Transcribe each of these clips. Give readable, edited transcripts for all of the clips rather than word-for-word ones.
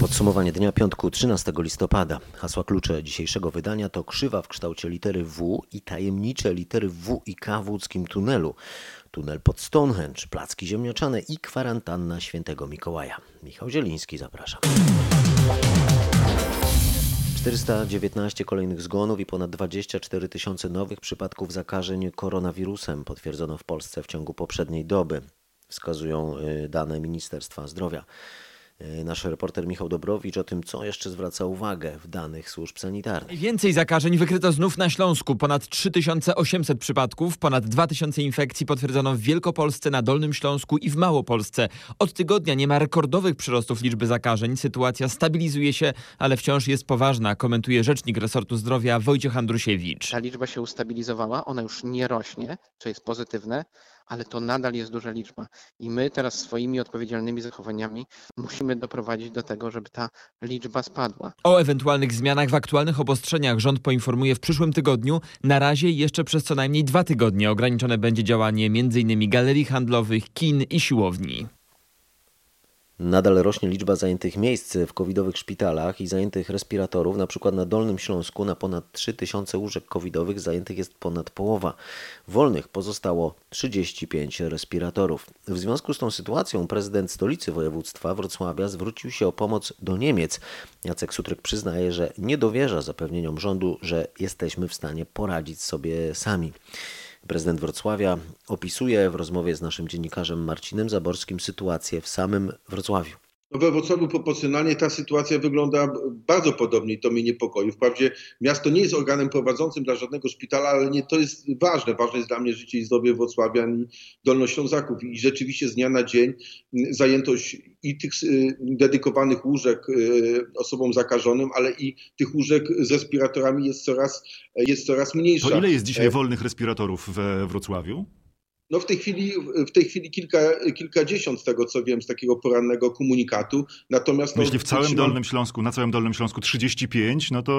Podsumowanie dnia piątku 13 listopada. Hasła klucze dzisiejszego wydania to krzywa w kształcie litery W i tajemnicze litery W i K w łódzkim tunelu. Tunel pod Stonehenge, placki ziemniaczane i kwarantanna świętego Mikołaja. Michał Zieliński, zapraszam. 419 kolejnych zgonów i ponad 24 tysiące nowych przypadków zakażeń koronawirusem potwierdzono w Polsce w ciągu poprzedniej doby, wskazują dane Ministerstwa Zdrowia. Nasz reporter Michał Dobrowicz o tym, co jeszcze zwraca uwagę w danych służb sanitarnych. Więcej zakażeń wykryto znów na Śląsku. Ponad 3800 przypadków, ponad 2000 infekcji potwierdzono w Wielkopolsce, na Dolnym Śląsku i w Małopolsce. Od tygodnia nie ma rekordowych przyrostów liczby zakażeń. Sytuacja stabilizuje się, ale wciąż jest poważna, komentuje rzecznik resortu zdrowia Wojciech Andrusiewicz. Ta liczba się ustabilizowała, ona już nie rośnie, co jest pozytywne, ale to nadal jest duża liczba. I my teraz swoimi odpowiedzialnymi zachowaniami musimy doprowadzić do tego, żeby ta liczba spadła. O ewentualnych zmianach w aktualnych obostrzeniach rząd poinformuje w przyszłym tygodniu. Na razie jeszcze przez co najmniej 2 tygodnie ograniczone będzie działanie m.in. galerii handlowych, kin i siłowni. Nadal rośnie liczba zajętych miejsc w covidowych szpitalach i zajętych respiratorów. Na przykład na Dolnym Śląsku na ponad 3000 łóżek covidowych zajętych jest ponad połowa. Wolnych pozostało 35 respiratorów. W związku z tą sytuacją prezydent stolicy województwa Wrocławia zwrócił się o pomoc do Niemiec. Jacek Sutryk przyznaje, że nie dowierza zapewnieniom rządu, że jesteśmy w stanie poradzić sobie sami. Prezydent Wrocławia opisuje w rozmowie z naszym dziennikarzem Marcinem Zaborskim sytuację w samym Wrocławiu. We Wrocławiu proporcjonalnie ta sytuacja wygląda bardzo podobnie i to mnie niepokoi. Wprawdzie miasto nie jest organem prowadzącym dla żadnego szpitala, ale nie to jest ważne. Ważne jest dla mnie życie i zdrowie wrocławian i dolnoślązaków. I rzeczywiście z dnia na dzień zajętość i tych dedykowanych łóżek osobom zakażonym, ale i tych łóżek z respiratorami jest coraz mniejsza. To ile jest dzisiaj wolnych respiratorów we Wrocławiu? No w tej chwili kilkadziesiąt z tego, co wiem, z takiego porannego komunikatu. Natomiast jeśli w całym Dolnym Śląsku, na całym Dolnym Śląsku 35, no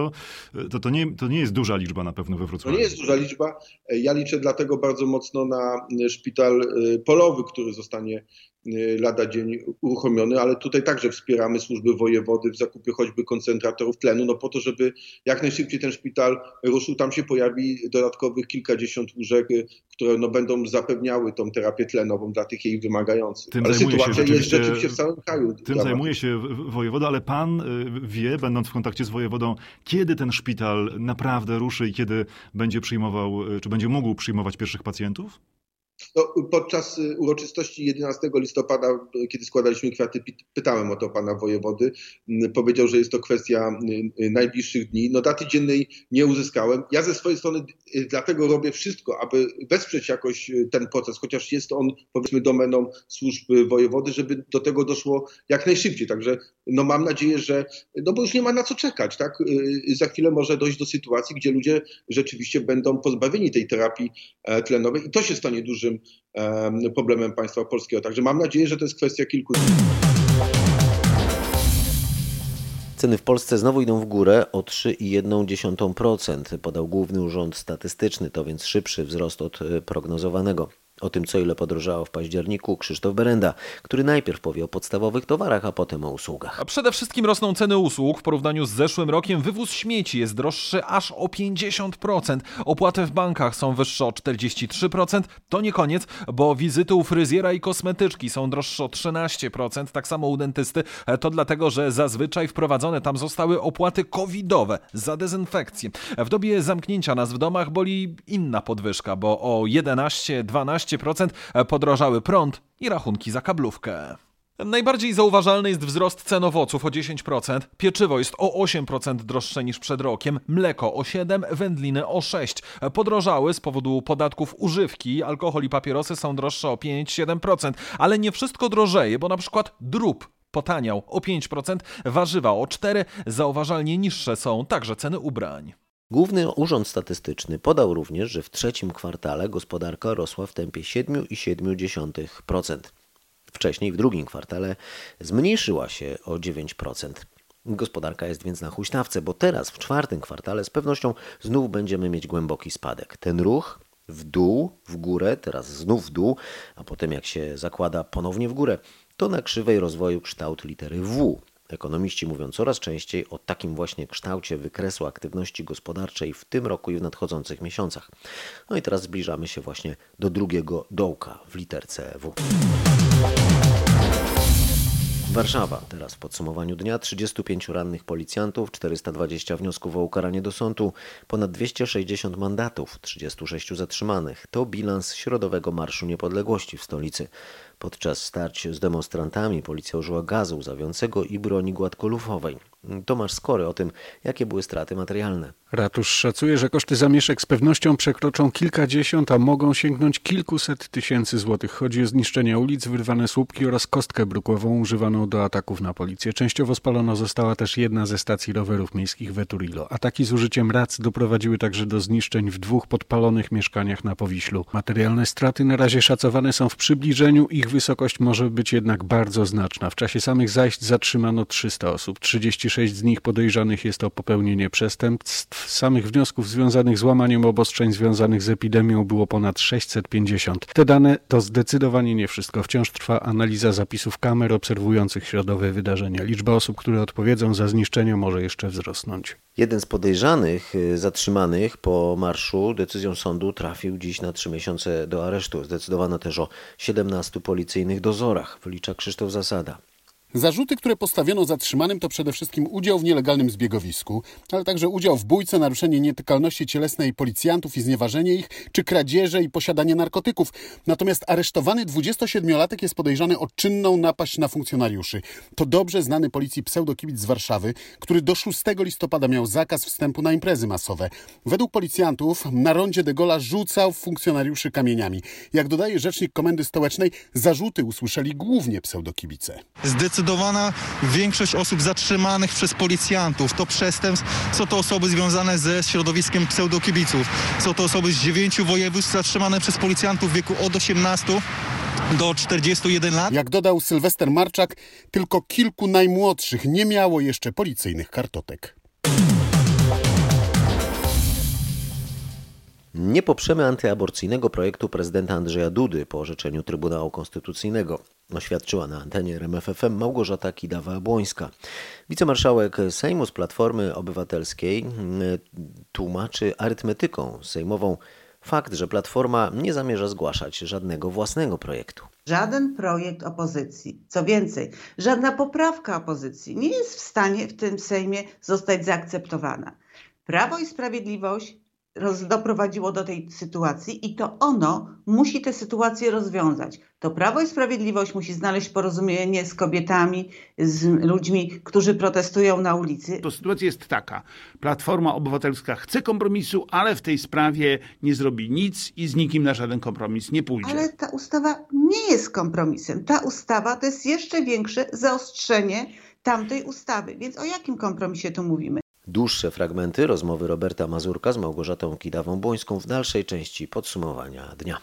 to nie jest duża liczba na pewno we Wrocławiu. To nie jest duża liczba. Ja liczę dlatego bardzo mocno na szpital polowy, który zostanie lada dzień uruchomiony, ale tutaj także wspieramy służby wojewody w zakupie choćby koncentratorów tlenu, no po to, żeby jak najszybciej ten szpital ruszył. Tam się pojawi dodatkowych kilkadziesiąt łóżek, które będą zapewniały tą terapię tlenową dla tych jej wymagających. Ale sytuacja jest rzeczywiście w całym kraju. Tym zajmuje się wojewoda, ale pan wie, będąc w kontakcie z wojewodą, kiedy ten szpital naprawdę ruszy i kiedy będzie przyjmował, czy będzie mógł przyjmować pierwszych pacjentów? No, podczas uroczystości 11 listopada, kiedy składaliśmy kwiaty, pytałem o to pana wojewody. Powiedział, że jest to kwestia najbliższych dni. No, daty dziennej nie uzyskałem. Ja ze swojej strony dlatego robię wszystko, aby wesprzeć jakoś ten proces, chociaż jest on, powiedzmy, domeną służb wojewody, żeby do tego doszło jak najszybciej. Także no, mam nadzieję, że, no bo już nie ma na co czekać, tak? Za chwilę może dojść do sytuacji, gdzie ludzie rzeczywiście będą pozbawieni tej terapii tlenowej i to się stanie dużym problemem państwa polskiego. Także mam nadzieję, że to jest kwestia kilku dni. Ceny w Polsce znowu idą w górę o 3,1%, podał Główny Urząd Statystyczny, to więc szybszy wzrost od prognozowanego. O tym, co ile podrożało w październiku, Krzysztof Berenda, który najpierw powie o podstawowych towarach, a potem o usługach. A przede wszystkim rosną ceny usług. W porównaniu z zeszłym rokiem wywóz śmieci jest droższy aż o 50%. Opłaty w bankach są wyższe o 43%. To nie koniec, bo wizyty u fryzjera i kosmetyczki są droższe o 13%. Tak samo u dentysty. To dlatego, że zazwyczaj wprowadzone tam zostały opłaty covidowe za dezynfekcję. W dobie zamknięcia nas w domach boli inna podwyżka, bo o 11-12% podrożały prąd i rachunki za kablówkę. Najbardziej zauważalny jest wzrost cen owoców o 10%, pieczywo jest o 8% droższe niż przed rokiem, mleko o 7%, wędliny o 6%. Podrożały z powodu podatków używki, alkohol i papierosy są droższe o 5-7%, ale nie wszystko drożeje, bo na przykład drób potaniał o 5%, warzywa o 4%, zauważalnie niższe są także ceny ubrań. Główny Urząd Statystyczny podał również, że w trzecim kwartale gospodarka rosła w tempie 7,7%. Wcześniej w drugim kwartale zmniejszyła się o 9%. Gospodarka jest więc na huśtawce, bo teraz w czwartym kwartale z pewnością znów będziemy mieć głęboki spadek. Ten ruch w dół, w górę, teraz znów w dół, a potem jak się zakłada ponownie w górę, to na krzywej rozwoju kształt litery W. Ekonomiści mówią coraz częściej o takim właśnie kształcie wykresu aktywności gospodarczej w tym roku i w nadchodzących miesiącach. No i teraz zbliżamy się właśnie do drugiego dołka w literce W. Warszawa. Teraz w podsumowaniu dnia 35 rannych policjantów, 420 wniosków o ukaranie do sądu, ponad 260 mandatów, 36 zatrzymanych. To bilans Środowego Marszu Niepodległości w stolicy. Podczas starć z demonstrantami policja użyła gazu łzawiącego i broni gładkolufowej. Tomasz Skory o tym, jakie były straty materialne. Ratusz szacuje, że koszty zamieszek z pewnością przekroczą kilkadziesiąt, a mogą sięgnąć kilkuset tysięcy złotych. Chodzi o zniszczenie ulic, wyrwane słupki oraz kostkę bruklową używaną do ataków na policję. Częściowo spalona została też jedna ze stacji rowerów miejskich w Eturillo. Ataki z użyciem rac doprowadziły także do zniszczeń w 2 podpalonych mieszkaniach na Powiślu. Materialne straty na razie szacowane są w przybliżeniu, ich wysokość może być jednak bardzo znaczna. W czasie samych zajść zatrzymano 300 osób. 36 z nich podejrzanych jest o popełnienie przestępstw. Samych wniosków związanych z łamaniem obostrzeń związanych z epidemią było ponad 650. Te dane to zdecydowanie nie wszystko. Wciąż trwa analiza zapisów kamer obserwujących środowe wydarzenia. Liczba osób, które odpowiedzą za zniszczenia, może jeszcze wzrosnąć. Jeden z podejrzanych zatrzymanych po marszu decyzją sądu trafił dziś na 3 miesiące do aresztu. Zdecydowano też o 17 policyjnych dozorach, wylicza Krzysztof Zasada. Zarzuty, które postawiono zatrzymanym, to przede wszystkim udział w nielegalnym zbiegowisku, ale także udział w bójce, naruszenie nietykalności cielesnej policjantów i znieważenie ich, czy kradzieże i posiadanie narkotyków. Natomiast aresztowany 27-latek jest podejrzany o czynną napaść na funkcjonariuszy. To dobrze znany policji pseudokibic z Warszawy, który do 6 listopada miał zakaz wstępu na imprezy masowe. Według policjantów na rondzie de Gaulle'a rzucał funkcjonariuszy kamieniami. Jak dodaje rzecznik Komendy Stołecznej, zarzuty usłyszeli głównie pseudokibice. Zdecydowana większość osób zatrzymanych przez policjantów to przestępstw. Są to osoby związane ze środowiskiem pseudokibiców. Są to osoby z 9 województw zatrzymane przez policjantów w wieku od 18 do 41 lat. Jak dodał Sylwester Marczak, tylko kilku najmłodszych nie miało jeszcze policyjnych kartotek. Nie poprzemy antyaborcyjnego projektu prezydenta Andrzeja Dudy po orzeczeniu Trybunału Konstytucyjnego, oświadczyła na antenie RMF FM Małgorzata Kidawa-Błońska. Wicemarszałek Sejmu z Platformy Obywatelskiej tłumaczy arytmetyką sejmową fakt, że Platforma nie zamierza zgłaszać żadnego własnego projektu. Żaden projekt opozycji, co więcej, żadna poprawka opozycji nie jest w stanie w tym Sejmie zostać zaakceptowana. Prawo i Sprawiedliwość doprowadziło do tej sytuacji i to ono musi tę sytuację rozwiązać. To Prawo i Sprawiedliwość musi znaleźć porozumienie z kobietami, z ludźmi, którzy protestują na ulicy. To sytuacja jest taka. Platforma Obywatelska chce kompromisu, ale w tej sprawie nie zrobi nic i z nikim na żaden kompromis nie pójdzie. Ale ta ustawa nie jest kompromisem. Ta ustawa to jest jeszcze większe zaostrzenie tamtej ustawy. Więc o jakim kompromisie tu mówimy? Dłuższe fragmenty rozmowy Roberta Mazurka z Małgorzatą Kidawą-Błońską w dalszej części podsumowania dnia.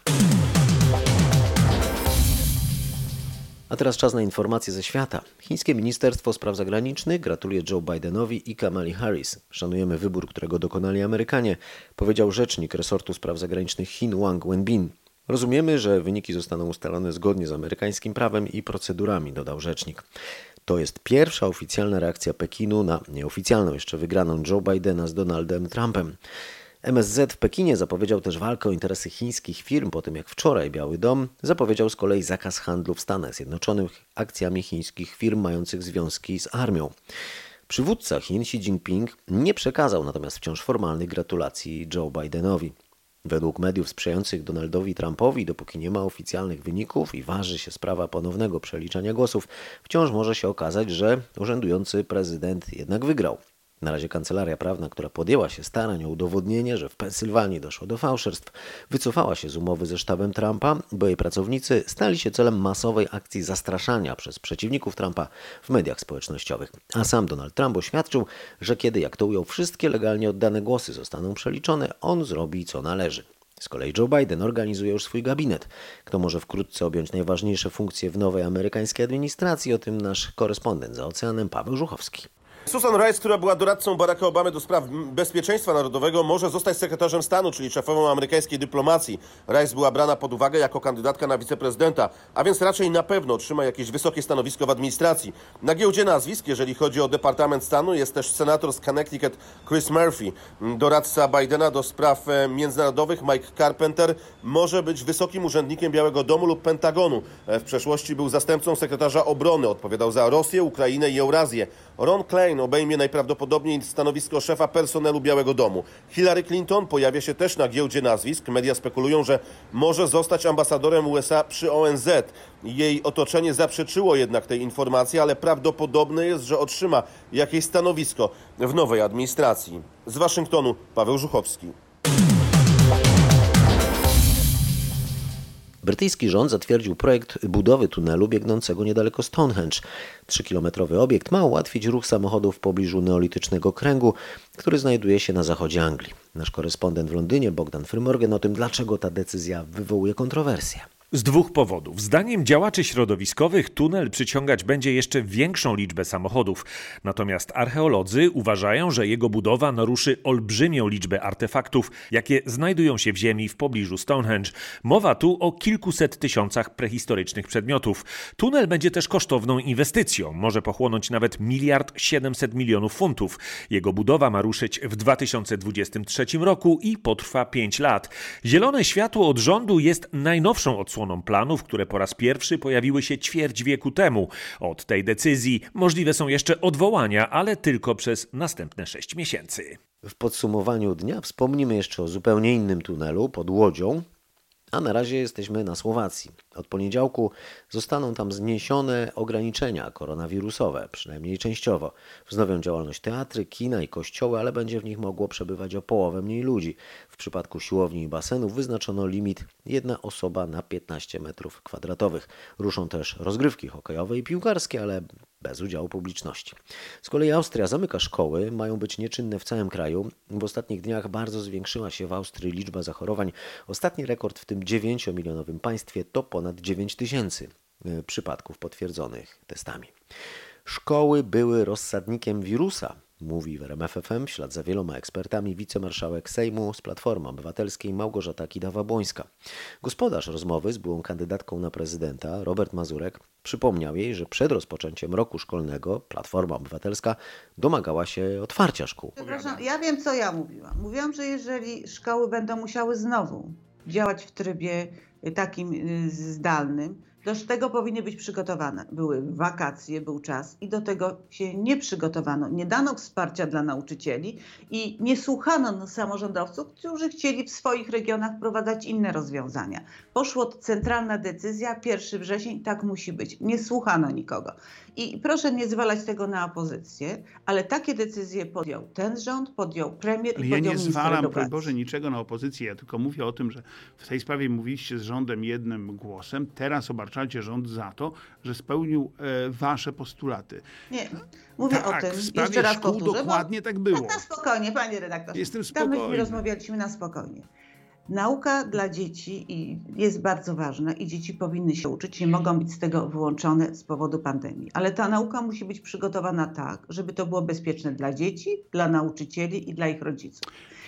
A teraz czas na informacje ze świata. Chińskie Ministerstwo Spraw Zagranicznych gratuluje Joe Bidenowi i Kamali Harris. Szanujemy wybór, którego dokonali Amerykanie, powiedział rzecznik resortu spraw zagranicznych Chin Wang Wenbin. Rozumiemy, że wyniki zostaną ustalone zgodnie z amerykańskim prawem i procedurami, dodał rzecznik. To jest pierwsza oficjalna reakcja Pekinu na nieoficjalną jeszcze wygraną Joe Bidena z Donaldem Trumpem. MSZ w Pekinie zapowiedział też walkę o interesy chińskich firm, po tym jak wczoraj Biały Dom zapowiedział z kolei zakaz handlu w Stanach Zjednoczonych akcjami chińskich firm mających związki z armią. Przywódca Chin Xi Jinping nie przekazał natomiast wciąż formalnych gratulacji Joe Bidenowi. Według mediów sprzyjających Donaldowi Trumpowi, dopóki nie ma oficjalnych wyników i waży się sprawa ponownego przeliczania głosów, wciąż może się okazać, że urzędujący prezydent jednak wygrał. Na razie kancelaria prawna, która podjęła się starań o udowodnienie, że w Pensylwanii doszło do fałszerstw, wycofała się z umowy ze sztabem Trumpa, bo jej pracownicy stali się celem masowej akcji zastraszania przez przeciwników Trumpa w mediach społecznościowych. A sam Donald Trump oświadczył, że kiedy, jak to ujął, wszystkie legalnie oddane głosy zostaną przeliczone, on zrobi co należy. Z kolei Joe Biden organizuje już swój gabinet. Kto może wkrótce objąć najważniejsze funkcje w nowej amerykańskiej administracji? O tym nasz korespondent za oceanem Paweł Żuchowski. Susan Rice, która była doradcą Baracka Obamy do spraw bezpieczeństwa narodowego, może zostać sekretarzem stanu, czyli szefową amerykańskiej dyplomacji. Rice była brana pod uwagę jako kandydatka na wiceprezydenta, a więc raczej na pewno otrzyma jakieś wysokie stanowisko w administracji. Na giełdzie nazwisk, jeżeli chodzi o Departament Stanu, jest też senator z Connecticut Chris Murphy. Doradca Bidena do spraw międzynarodowych Mike Carpenter może być wysokim urzędnikiem Białego Domu lub Pentagonu. W przeszłości był zastępcą sekretarza obrony, odpowiadał za Rosję, Ukrainę i Eurazję. Ron Klain obejmie najprawdopodobniej stanowisko szefa personelu Białego Domu. Hillary Clinton pojawia się też na giełdzie nazwisk. Media spekulują, że może zostać ambasadorem USA przy ONZ. Jej otoczenie zaprzeczyło jednak tej informacji, ale prawdopodobne jest, że otrzyma jakieś stanowisko w nowej administracji. Z Waszyngtonu Paweł Żuchowski. Brytyjski rząd zatwierdził projekt budowy tunelu biegnącego niedaleko Stonehenge. 3-kilometrowy obiekt ma ułatwić ruch samochodów w pobliżu neolitycznego kręgu, który znajduje się na zachodzie Anglii. Nasz korespondent w Londynie, Bogdan Frymorgan, o tym, dlaczego ta decyzja wywołuje kontrowersje. Z dwóch powodów. Zdaniem działaczy środowiskowych tunel przyciągać będzie jeszcze większą liczbę samochodów. Natomiast archeolodzy uważają, że jego budowa naruszy olbrzymią liczbę artefaktów, jakie znajdują się w ziemi w pobliżu Stonehenge. Mowa tu o kilkuset tysiącach prehistorycznych przedmiotów. Tunel będzie też kosztowną inwestycją. Może pochłonąć nawet 1,7 mld funtów. Jego budowa ma ruszyć w 2023 roku i potrwa 5 lat. Zielone światło od rządu jest najnowszą odsłoną planów, które po raz pierwszy pojawiły się ćwierć wieku temu. Od tej decyzji możliwe są jeszcze odwołania, ale tylko przez następne 6 miesięcy. W podsumowaniu dnia wspomnimy jeszcze o zupełnie innym tunelu pod Łodzią, a na razie jesteśmy na Słowacji. Od poniedziałku zostaną tam zniesione ograniczenia koronawirusowe, przynajmniej częściowo. Wznowią działalność teatry, kina i kościoły, ale będzie w nich mogło przebywać o połowę mniej ludzi. W przypadku siłowni i basenów wyznaczono limit 1 osoba na 15 m2. Ruszą też rozgrywki hokejowe i piłkarskie, ale bez udziału publiczności. Z kolei Austria zamyka szkoły, mają być nieczynne w całym kraju. W ostatnich dniach bardzo zwiększyła się w Austrii liczba zachorowań. Ostatni rekord w tym 9-milionowym państwie to ponad 9 000 przypadków potwierdzonych testami. Szkoły były rozsadnikiem wirusa, mówi w RMF FM w ślad za wieloma ekspertami wicemarszałek Sejmu z Platformy Obywatelskiej Małgorzata Kidawa-Błońska. Gospodarz rozmowy z byłą kandydatką na prezydenta Robert Mazurek przypomniał jej, że przed rozpoczęciem roku szkolnego Platforma Obywatelska domagała się otwarcia szkół. Przepraszam, ja wiem, co ja mówiłam. Mówiłam, że jeżeli szkoły będą musiały znowu działać w trybie takim zdalnym, do tego powinny być przygotowane. Były wakacje, był czas i do tego się nie przygotowano. Nie dano wsparcia dla nauczycieli i nie słuchano samorządowców, którzy chcieli w swoich regionach wprowadzać inne rozwiązania. Poszła centralna decyzja, 1 września, tak musi być. Nie słuchano nikogo. I proszę nie zwalać tego na opozycję, ale takie decyzje podjął ten rząd, podjął premier i podjął minister edukacji. Ja nie zwalam, broń Boże, niczego na opozycję. Ja tylko mówię o tym, że w tej sprawie mówiliście z rządem jednym głosem. Teraz obarczacie rząd za to, że spełnił wasze postulaty. Nie, mówię tak, o tym. W sprawie jeszcze raz szkół powtórzę, dokładnie tak było. Tak, na spokojnie, panie redaktorze. Jestem spokojny. Tam rozmawialiśmy na spokojnie. Nauka dla dzieci jest bardzo ważna i dzieci powinny się uczyć, nie mogą być z tego wyłączone z powodu pandemii. Ale ta nauka musi być przygotowana tak, żeby to było bezpieczne dla dzieci, dla nauczycieli i dla ich rodziców.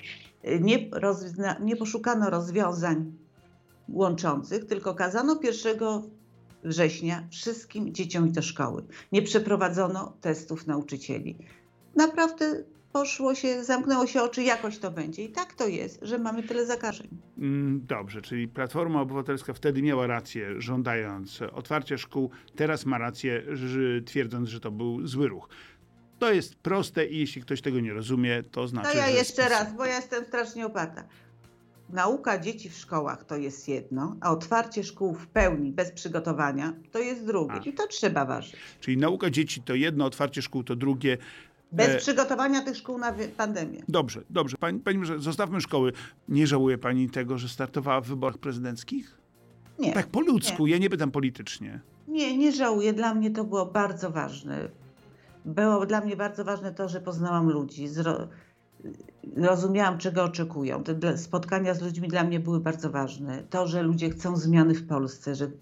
Nie poszukano rozwiązań łączących, tylko kazano 1 września wszystkim dzieciom do szkoły. Nie przeprowadzono testów nauczycieli. Naprawdę zamknęło się oczy, jakoś to będzie. I tak to jest, że mamy tyle zakażeń. Dobrze, czyli Platforma Obywatelska wtedy miała rację, żądając otwarcia szkół, teraz ma rację, twierdząc, że to był zły ruch. To jest proste i jeśli ktoś tego nie rozumie, to znaczy, To ja że jeszcze raz, bo ja jestem strasznie oparta. Nauka dzieci w szkołach to jest jedno, a otwarcie szkół w pełni, bez przygotowania, to jest drugie. I to trzeba ważyć. Czyli nauka dzieci to jedno, otwarcie szkół to drugie. Bez przygotowania tych szkół na pandemię. Dobrze. Pani, zostawmy szkoły. Nie żałuje pani tego, że startowała w wyborach prezydenckich? Nie. Tak po ludzku, nie. Ja nie pytam politycznie. Nie żałuję. Dla mnie to było bardzo ważne. Było dla mnie bardzo ważne to, że poznałam ludzi. Rozumiałam, czego oczekują. Te spotkania z ludźmi dla mnie były bardzo ważne. To, że ludzie chcą zmiany w Polsce, że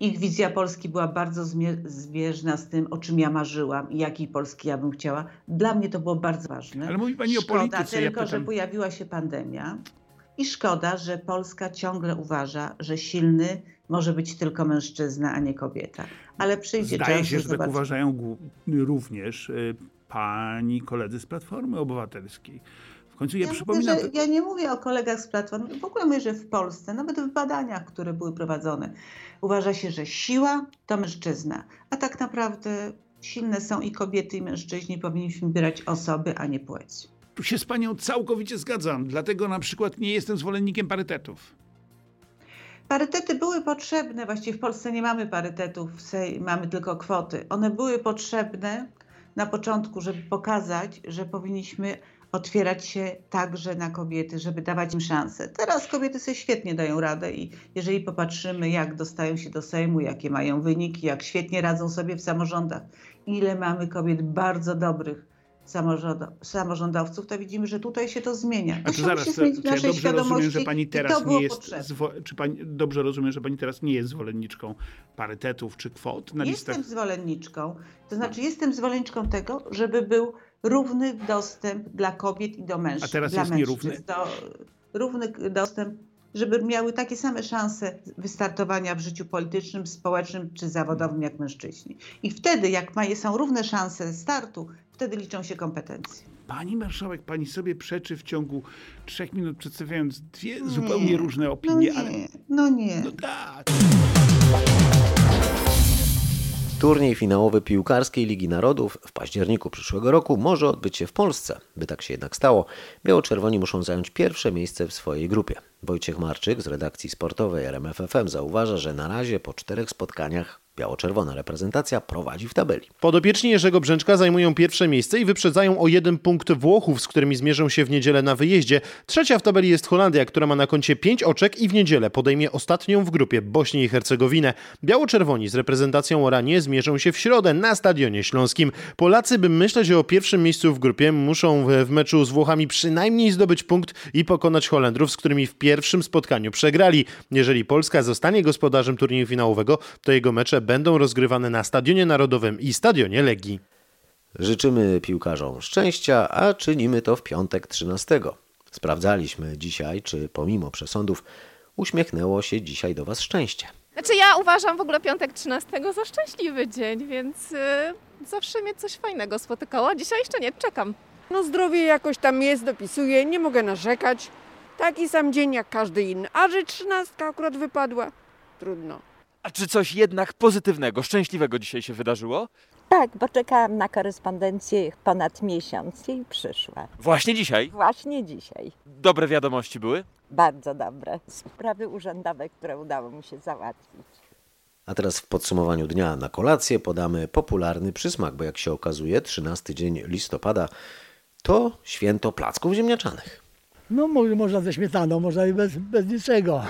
Ich wizja Polski była bardzo zbieżna z tym, o czym ja marzyłam i jakiej Polski ja bym chciała. Dla mnie to było bardzo ważne. Ale mówi pani o Szkoda polityce. tylko, Ja że pytam... pojawiła się pandemia i szkoda, że Polska ciągle uważa, że silny może być tylko mężczyzna, a nie kobieta. Ale przyjdzie czas, Zdaje się, że tak zobaczymy. uważają również pani koledzy z Platformy Obywatelskiej. W końcu przypominam... Ja nie mówię o kolegach z Platformy, w ogóle mówię, że w Polsce, nawet w badaniach, które były prowadzone, uważa się, że siła to mężczyzna, a tak naprawdę silne są i kobiety, i mężczyźni, powinniśmy wybierać osoby, a nie płeć. Tu się z panią całkowicie zgadzam, dlatego na przykład nie jestem zwolennikiem parytetów. Parytety były potrzebne, właściwie w Polsce nie mamy parytetów, mamy tylko kwoty. One były potrzebne na początku, żeby pokazać, że powinniśmy otwierać się także na kobiety, żeby dawać im szansę. Teraz kobiety sobie świetnie dają radę i jeżeli popatrzymy, jak dostają się do Sejmu, jakie mają wyniki, jak świetnie radzą sobie w samorządach, ile mamy kobiet bardzo dobrych samorządowców, to widzimy, że tutaj się to zmienia. A to zaraz, czy ja dobrze rozumiem, że pani teraz nie jest... Dobrze rozumiem, że pani teraz nie jest zwolenniczką parytetów czy kwot na listach? Jestem zwolenniczką. To znaczy jestem zwolenniczką tego, żeby był równy dostęp dla kobiet i do mężczyzn. A teraz jest nierówny? Równy dostęp, żeby miały takie same szanse wystartowania w życiu politycznym, społecznym czy zawodowym jak mężczyźni. I wtedy, jak są równe szanse startu, wtedy liczą się kompetencje. Pani marszałek, pani sobie przeczy w ciągu 3 minut, przedstawiając dwie zupełnie różne opinie. No nie. No tak. Turniej finałowy piłkarskiej Ligi Narodów w październiku przyszłego roku może odbyć się w Polsce. By tak się jednak stało, biało-czerwoni muszą zająć pierwsze miejsce w swojej grupie. Wojciech Marczyk z redakcji sportowej RMF FM zauważa, że na razie po 4 spotkaniach biało-czerwona reprezentacja prowadzi w tabeli. Podopieczni Jerzego Brzęczka zajmują pierwsze miejsce i wyprzedzają o 1 punkt Włochów, z którymi zmierzą się w niedzielę na wyjeździe. Trzecia w tabeli jest Holandia, która ma na koncie 5 oczek i w niedzielę podejmie ostatnią w grupie Bośnię i Hercegowinę. Biało-czerwoni z reprezentacją Oranie zmierzą się w środę na Stadionie Śląskim. Polacy, by myśleć o pierwszym miejscu w grupie, muszą w meczu z Włochami przynajmniej zdobyć punkt i pokonać Holendrów, z którymi w pierwszym spotkaniu przegrali. Jeżeli Polska zostanie gospodarzem turnieju finałowego, to jego mecze będą rozgrywane na Stadionie Narodowym i Stadionie Legii. Życzymy piłkarzom szczęścia, a czynimy to w piątek 13. Sprawdzaliśmy dzisiaj, czy pomimo przesądów uśmiechnęło się dzisiaj do Was szczęście. Znaczy ja uważam w ogóle piątek 13 za szczęśliwy dzień, więc zawsze mnie coś fajnego spotykało. Dzisiaj jeszcze nie, czekam. No zdrowie jakoś tam jest, dopisuję, nie mogę narzekać. Taki sam dzień jak każdy inny. A że 13 akurat wypadła, trudno. A czy coś jednak pozytywnego, szczęśliwego dzisiaj się wydarzyło? Tak, bo czekałam na korespondencję ponad miesiąc i przyszła. Właśnie dzisiaj? Właśnie dzisiaj. Dobre wiadomości były? Bardzo dobre. Sprawy urzędowe, które udało mi się załatwić. A teraz w podsumowaniu dnia na kolację podamy popularny przysmak, bo jak się okazuje 13 dzień listopada to święto placków ziemniaczanych. No można ze śmietaną, można i bez niczego.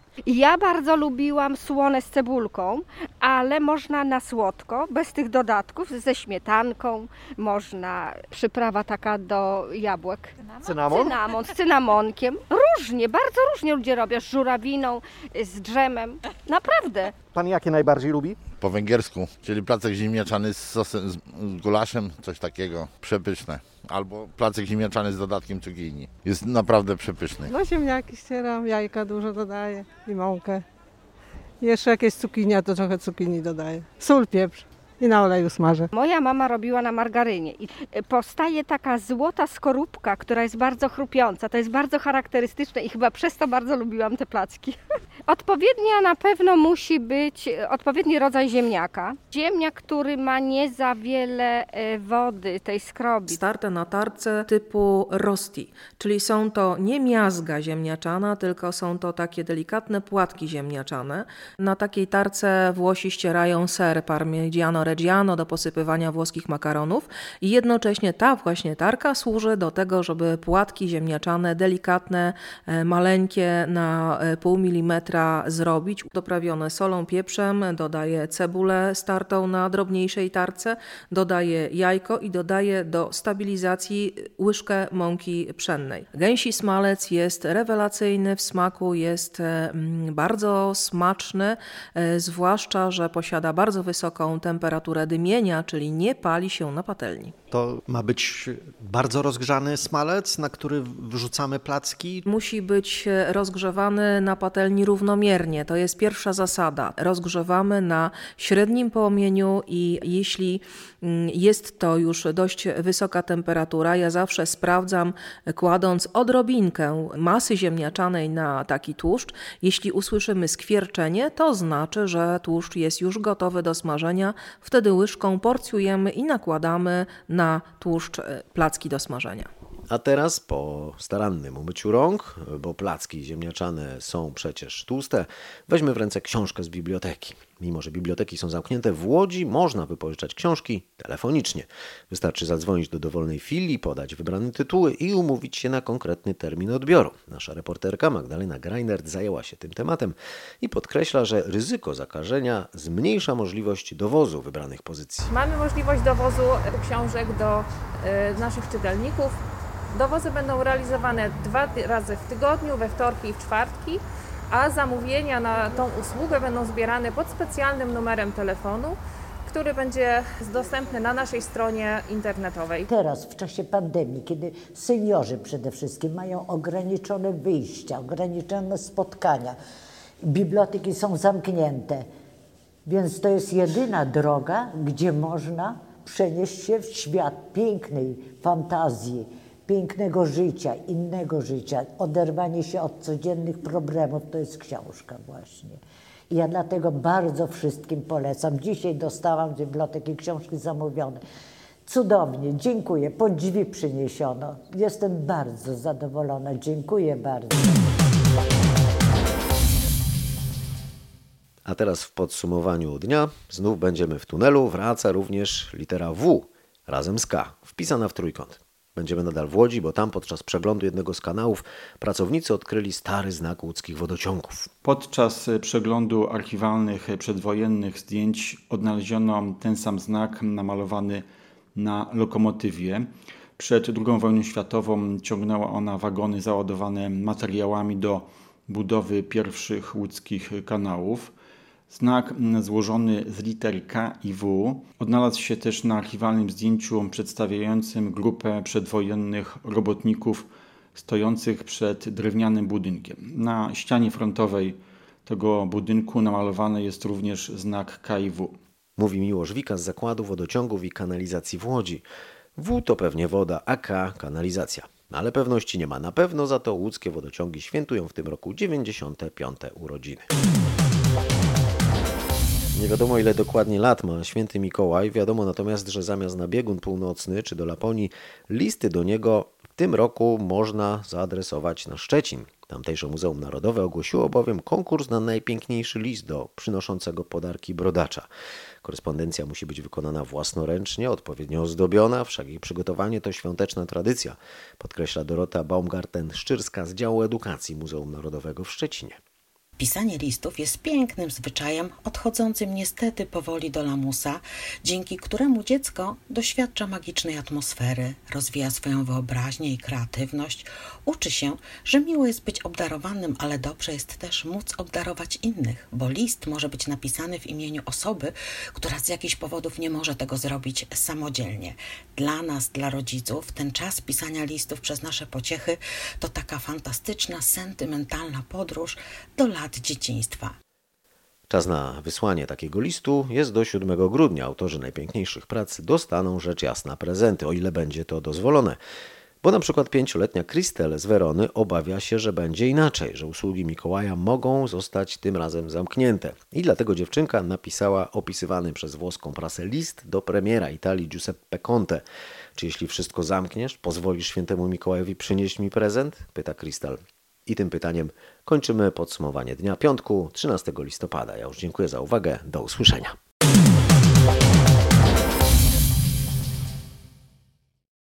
Ja bardzo lubiłam słone z cebulką, ale można na słodko, bez tych dodatków, ze śmietanką, można przyprawa taka do jabłek. Cynamon? Z cynamonkiem. Różnie, bardzo różnie ludzie robią, z żurawiną, z drzemem. Naprawdę. Pan jakie najbardziej lubi? Po węgiersku, czyli placek ziemniaczany z sosem, z gulaszem, coś takiego, przepyszne. Albo placek ziemniaczany z dodatkiem cukinii. Jest naprawdę przepyszny. No ziemniaki ścieram, jajka dużo dodaję i mąkę. Jeszcze jakieś cukinia, to trochę cukinii dodaję. Sól, pieprz i na oleju smażę. Moja mama robiła na margarynie i powstaje taka złota skorupka, która jest bardzo chrupiąca. To jest bardzo charakterystyczne i chyba przez to bardzo lubiłam te placki. Odpowiednia na pewno musi być odpowiedni rodzaj ziemniaka. Ziemniak, który ma nie za wiele wody, tej skrobi. Starte na tarce typu rosti, czyli są to nie miazga ziemniaczana, tylko są to takie delikatne płatki ziemniaczane. Na takiej tarce Włosi ścierają ser Parmigiano Reggiano do posypywania włoskich makaronów i jednocześnie ta właśnie tarka służy do tego, żeby płatki ziemniaczane, delikatne, maleńkie na 0,5 milimetra zrobić, doprawione solą, pieprzem, dodaję cebulę startą na drobniejszej tarce, dodaję jajko i dodaję do stabilizacji łyżkę mąki pszennej. Gęsi smalec jest rewelacyjny w smaku, jest bardzo smaczny, zwłaszcza, że posiada bardzo wysoką temperaturę dymienia, czyli nie pali się na patelni. To ma być bardzo rozgrzany smalec, na który wrzucamy placki? Musi być rozgrzewany na patelni równomiernie. To jest pierwsza zasada. Rozgrzewamy na średnim płomieniu i jeśli jest to już dość wysoka temperatura, ja zawsze sprawdzam, kładąc odrobinkę masy ziemniaczanej na taki tłuszcz. Jeśli usłyszymy skwierczenie, to znaczy, że tłuszcz jest już gotowy do smażenia. Wtedy łyżką porcjujemy i nakładamy na tłuszcz placki do smażenia. A teraz po starannym umyciu rąk, bo placki ziemniaczane są przecież tłuste, weźmy w ręce książkę z biblioteki. Mimo że biblioteki są zamknięte w Łodzi, można wypożyczać książki telefonicznie. Wystarczy zadzwonić do dowolnej filii, podać wybrane tytuły i umówić się na konkretny termin odbioru. Nasza reporterka Magdalena Greinert zajęła się tym tematem i podkreśla, że ryzyko zakażenia zmniejsza możliwość dowozu wybranych pozycji. Mamy możliwość dowozu książek do naszych czytelników. Dowozy będą realizowane 2 razy w tygodniu, we wtorki i w czwartki, a zamówienia na tą usługę będą zbierane pod specjalnym numerem telefonu, który będzie dostępny na naszej stronie internetowej. Teraz, w czasie pandemii, kiedy seniorzy przede wszystkim mają ograniczone wyjścia, ograniczone spotkania, biblioteki są zamknięte, więc to jest jedyna droga, gdzie można przenieść się w świat pięknej fantazji, pięknego życia, innego życia, oderwanie się od codziennych problemów, to jest książka właśnie. I ja dlatego bardzo wszystkim polecam. Dzisiaj dostałam z biblioteki książki zamówione. Cudownie, dziękuję, pod drzwi przyniesiono. Jestem bardzo zadowolona, dziękuję bardzo. A teraz w podsumowaniu dnia znów będziemy w tunelu, wraca również litera W razem z K, wpisana w trójkąt. Będziemy nadal w Łodzi, bo tam podczas przeglądu jednego z kanałów pracownicy odkryli stary znak łódzkich wodociągów. Podczas przeglądu archiwalnych przedwojennych zdjęć odnaleziono ten sam znak namalowany na lokomotywie. Przed II wojną światową ciągnęła ona wagony załadowane materiałami do budowy pierwszych łódzkich kanałów. Znak złożony z liter K i W odnalazł się też na archiwalnym zdjęciu przedstawiającym grupę przedwojennych robotników stojących przed drewnianym budynkiem. Na ścianie frontowej tego budynku namalowany jest również znak K i W. Mówi Miłosz Wika z Zakładu Wodociągów i Kanalizacji w Łodzi. W to pewnie woda, a K kanalizacja. Ale pewności nie ma. Na pewno za to łódzkie wodociągi świętują w tym roku 95. urodziny. Nie wiadomo, ile dokładnie lat ma święty Mikołaj. Wiadomo natomiast, że zamiast na biegun północny czy do Laponii, listy do niego w tym roku można zaadresować na Szczecin. Tamtejsze Muzeum Narodowe ogłosiło bowiem konkurs na najpiękniejszy list do przynoszącego podarki brodacza. Korespondencja musi być wykonana własnoręcznie, odpowiednio ozdobiona, wszak jej przygotowanie to świąteczna tradycja, podkreśla Dorota Baumgarten-Szczyrska z działu edukacji Muzeum Narodowego w Szczecinie. Pisanie listów jest pięknym zwyczajem, odchodzącym niestety powoli do lamusa, dzięki któremu dziecko doświadcza magicznej atmosfery, rozwija swoją wyobraźnię i kreatywność, uczy się, że miło jest być obdarowanym, ale dobrze jest też móc obdarować innych, bo list może być napisany w imieniu osoby, która z jakichś powodów nie może tego zrobić samodzielnie. Dla nas, dla rodziców, ten czas pisania listów przez nasze pociechy to taka fantastyczna, sentymentalna podróż do lat dzieciństwa. Czas na wysłanie takiego listu jest do 7 grudnia. Autorzy najpiękniejszych prac dostaną rzecz jasna prezenty, o ile będzie to dozwolone. Bo na przykład 5-letnia Kristel z Werony obawia się, że będzie inaczej, że usługi Mikołaja mogą zostać tym razem zamknięte. I dlatego dziewczynka napisała opisywany przez włoską prasę list do premiera Italii Giuseppe Conte. Czy jeśli wszystko zamkniesz, pozwolisz świętemu Mikołajowi przynieść mi prezent? Pyta Kristel. I tym pytaniem kończymy podsumowanie dnia piątku, 13 listopada. Ja już dziękuję za uwagę. Do usłyszenia.